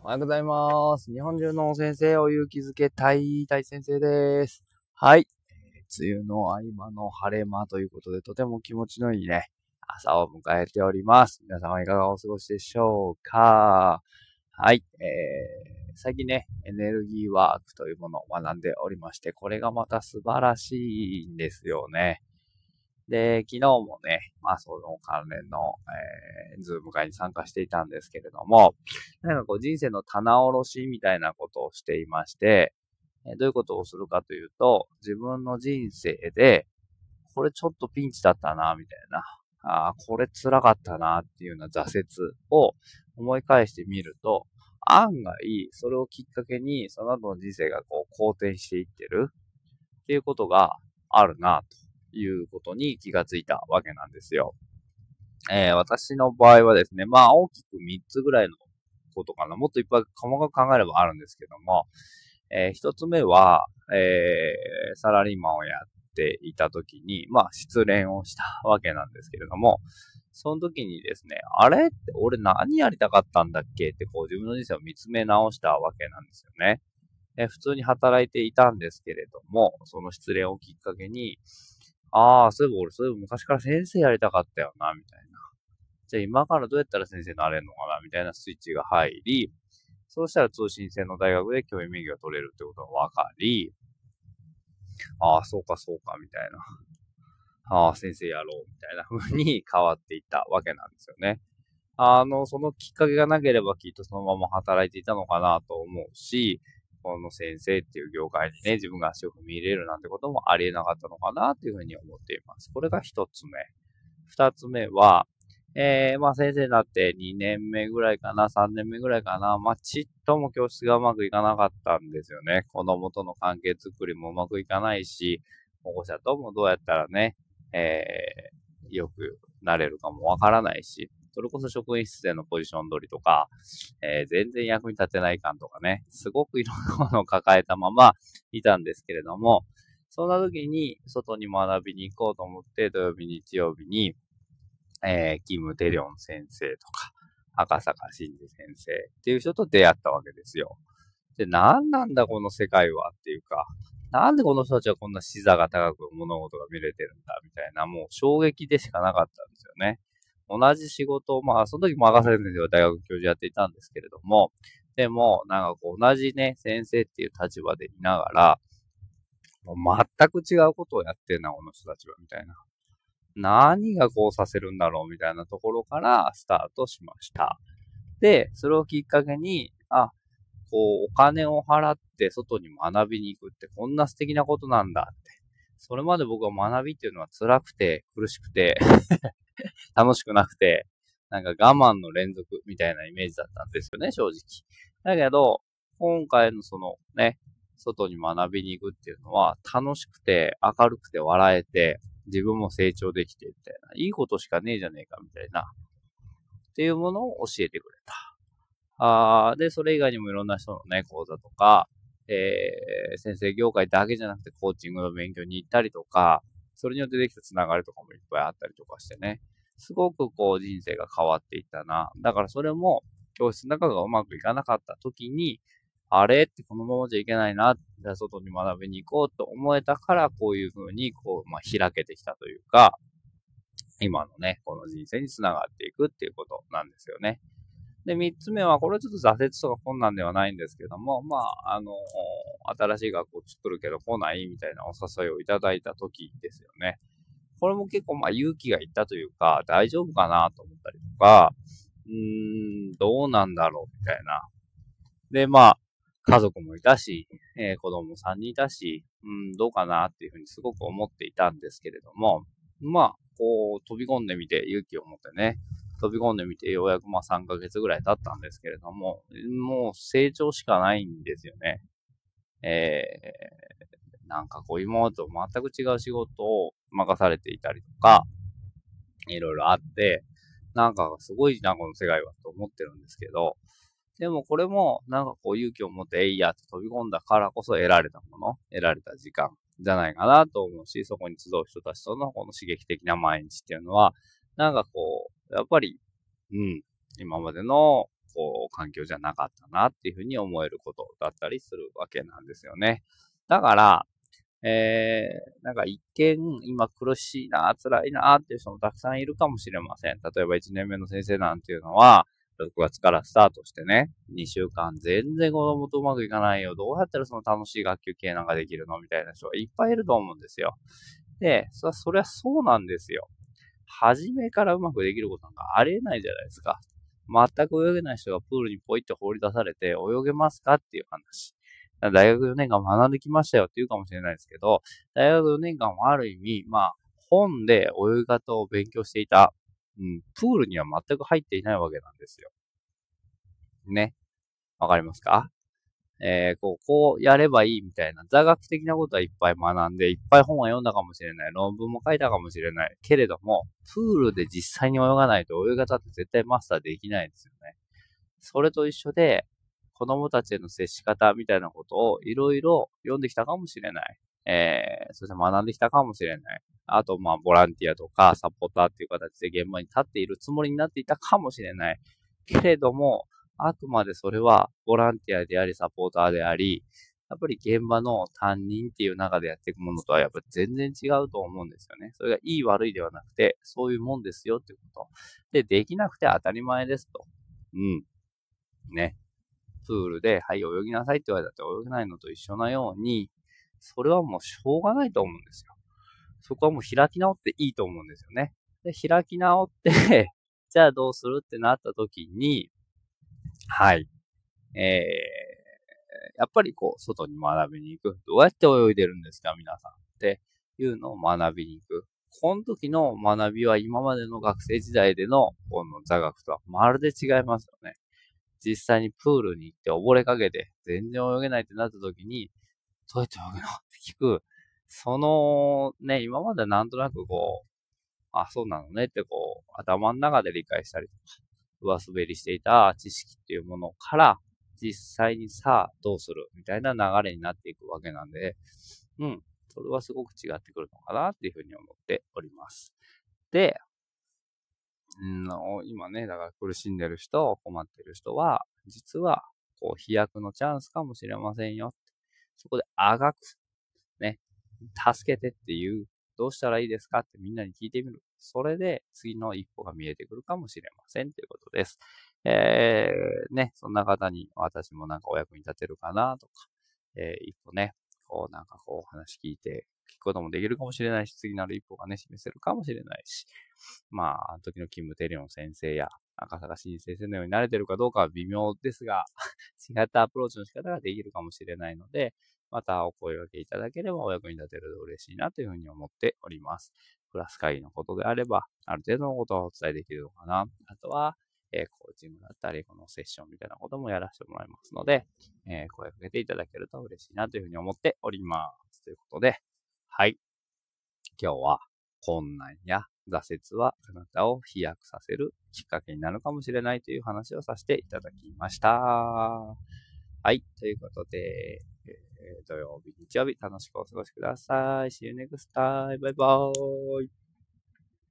おはようございます。日本中の先生を勇気づけたい大先生です。はい。梅雨の合間の晴れ間ということで、とても気持ちのいいね、朝を迎えております。皆様いかがお過ごしでしょうか？はい。最近ね、エネルギーワークというものを学んでおりまして、これがまた素晴らしいんですよね。で、昨日もね、その関連の、ズーム会に参加していたんですけれども、人生の棚卸しみたいなことをしていまして、どういうことをするかというと、自分の人生で、これちょっとピンチだったな、みたいな、これ辛かったな、っていうような挫折を思い返してみると、案外、それをきっかけに、その後の人生が好転していってるっていうことがあるな、ということに気がついたわけなんですよ。私の場合はですね、大きく3つぐらいのことかな。もっといっぱい細かく考えればあるんですけども、1つ目は、サラリーマンをやっていた時に、失恋をしたわけなんですけれども、その時にですね、あれって俺何やりたかったんだっけって自分の人生を見つめ直したわけなんですよね。普通に働いていたんですけれども、その失恋をきっかけに、そういえば俺昔から先生やりたかったよな、みたいな。じゃあ今からどうやったら先生になれるのかな、みたいなスイッチが入り、そうしたら通信制の大学で教員免許が取れるってことが分かり、そうかそうか、みたいな。先生やろう、みたいな風に変わっていったわけなんですよね。そのきっかけがなければきっとそのまま働いていたのかなと思うし、この先生っていう業界にね、自分が足を踏み入れるなんてこともありえなかったのかなというふうに思っています。これが一つ目。二つ目は、先生になって2年目ぐらいかな、3年目ぐらいかな、ちっとも教室がうまくいかなかったんですよね。子供との関係づくりもうまくいかないし、保護者ともどうやったらね、よくなれるかもわからないし、それこそ職員室でのポジション取りとか、全然役に立てない感とかね、すごくいろんなものを抱えたままいたんですけれども、そんな時に外に学びに行こうと思って、土曜日、日曜日に、キム・テリョン先生とか、赤坂真治先生っていう人と出会ったわけですよ。で、何なんだこの世界はっていうか、なんでこの人たちはこんな視座が高く物事が見れてるんだみたいな、もう衝撃でしかなかったんですよね。同じ仕事を、その時も赤坂先生は大学教授やっていたんですけれども、でも、同じね、先生っていう立場でいながら、もう全く違うことをやってんな、この人たちは、みたいな。何がこうさせるんだろうみたいなところからスタートしました。で、それをきっかけに、お金を払って外に学びに行くってこんな素敵なことなんだって。それまで僕は学びっていうのは辛くて、苦しくて楽しくなくて、我慢の連続みたいなイメージだったんですよね、正直。だけど、今回のそのね、外に学びに行くっていうのは楽しくて、明るくて笑えて、自分も成長できてみたいな、いいことしかねえじゃねえかみたいな、っていうものを教えてくれた。で、それ以外にもいろんな人のね、講座とか、先生業界だけじゃなくてコーチングの勉強に行ったりとか、それによってできたつながりとかもいっぱいあったりとかしてね、すごく人生が変わっていったな。だからそれも、教室の中がうまくいかなかった時に、あれってこのままじゃいけないな、じゃあ外に学びに行こうと思えたから、こういう風に開けてきたというか、今のね、この人生につながっていくっていうことなんですよね。で、三つ目は、これちょっと挫折とか困難ではないんですけども、新しい学校を作るけど来ないみたいなお誘いをいただいた時ですよね。これも結構勇気がいったというか、大丈夫かなと思ったりとか、どうなんだろうみたいな。で、家族もいたし、子供も3人いたし、どうかなっていうふうにすごく思っていたんですけれども、飛び込んでみて、勇気を持ってね、飛び込んでみて、ようやく3ヶ月ぐらい経ったんですけれども、もう成長しかないんですよね。今までと全く違う仕事を任されていたりとか、いろいろあって、すごいな、この世界はと思ってるんですけど、でもこれも、勇気を持って、いやって飛び込んだからこそ得られたもの、得られた時間じゃないかなと思うし、そこに集う人たちとのこの刺激的な毎日っていうのは、やっぱり、今までの環境じゃなかったなっていうふうに思えることだったりするわけなんですよね。だから、なんか一見、今苦しいな、辛いなっていう人もたくさんいるかもしれません。例えば1年目の先生なんていうのは、6月からスタートしてね、2週間全然子供とうまくいかないよ。どうやったらその楽しい学級系なんかできるのみたいな人がいっぱいいると思うんですよ。で、そりゃそうなんですよ。初めからうまくできることなんかありえないじゃないですか。全く泳げない人がプールにポイって放り出されて泳げますかっていう話。大学4年間学んできましたよって言うかもしれないですけど、大学4年間はある意味、本で泳ぎ方を勉強していた、プールには全く入っていないわけなんですよ。ね。わかりますか？こうやればいいみたいな、座学的なことはいっぱい学んで、いっぱい本は読んだかもしれない、論文も書いたかもしれない。けれども、プールで実際に泳がないと泳ぎ方って絶対マスターできないですよね。それと一緒で、子供たちへの接し方みたいなことをいろいろ読んできたかもしれない。そして学んできたかもしれない。あと、ボランティアとかサポーターっていう形で現場に立っているつもりになっていたかもしれない。けれども、あくまでそれはボランティアでありサポーターであり、やっぱり現場の担任っていう中でやっていくものとはやっぱ全然違うと思うんですよね。それがいい悪いではなくて、そういうもんですよっていうこと。で、できなくて当たり前ですと。ね。プールで、はい、泳ぎなさいって言われたって泳げないのと一緒なように、それはもうしょうがないと思うんですよ。そこはもう開き直っていいと思うんですよね。で、開き直ってじゃあどうするってなった時に、はい。やっぱり外に学びに行く。どうやって泳いでるんですか、皆さん。っていうのを学びに行く。この時の学びは今までの学生時代でのこの座学とはまるで違いますよね。実際にプールに行って溺れかけて全然泳げないってなった時に、どうやって泳ぐのって聞く。そのね、今までなんとなくそうなのねって頭の中で理解したりとか、上滑りしていた知識っていうものから、実際にさあどうするみたいな流れになっていくわけなんで、それはすごく違ってくるのかなっていうふうに思っております。で、今ね、だから苦しんでる人、困ってる人は、実は、飛躍のチャンスかもしれませんよ。そこであがく、ね、助けてっていう、どうしたらいいですかってみんなに聞いてみる。それで次の一歩が見えてくるかもしれませんということです。そんな方に私もなんかお役に立てるかなとか、一歩ね、話聞いて聞くこともできるかもしれないし、次なる一歩がね、示せるかもしれないし、あの時のキム・テリオン先生や赤坂真先生のようになれてるかどうかは微妙ですが、違ったアプローチの仕方ができるかもしれないので、またお声掛けいただければお役に立てると嬉しいなというふうに思っております。クラス会議のことであれば、ある程度のことはお伝えできるのかな。あとは、コーチングだったり、このセッションみたいなこともやらせてもらいますので、声かけていただけると嬉しいなというふうに思っております。ということで、はい。今日は困難や挫折はあなたを飛躍させるきっかけになるかもしれないという話をさせていただきました。はい。ということで、土曜日、日曜日楽しくお過ごしください。See you next time. バイバーイ。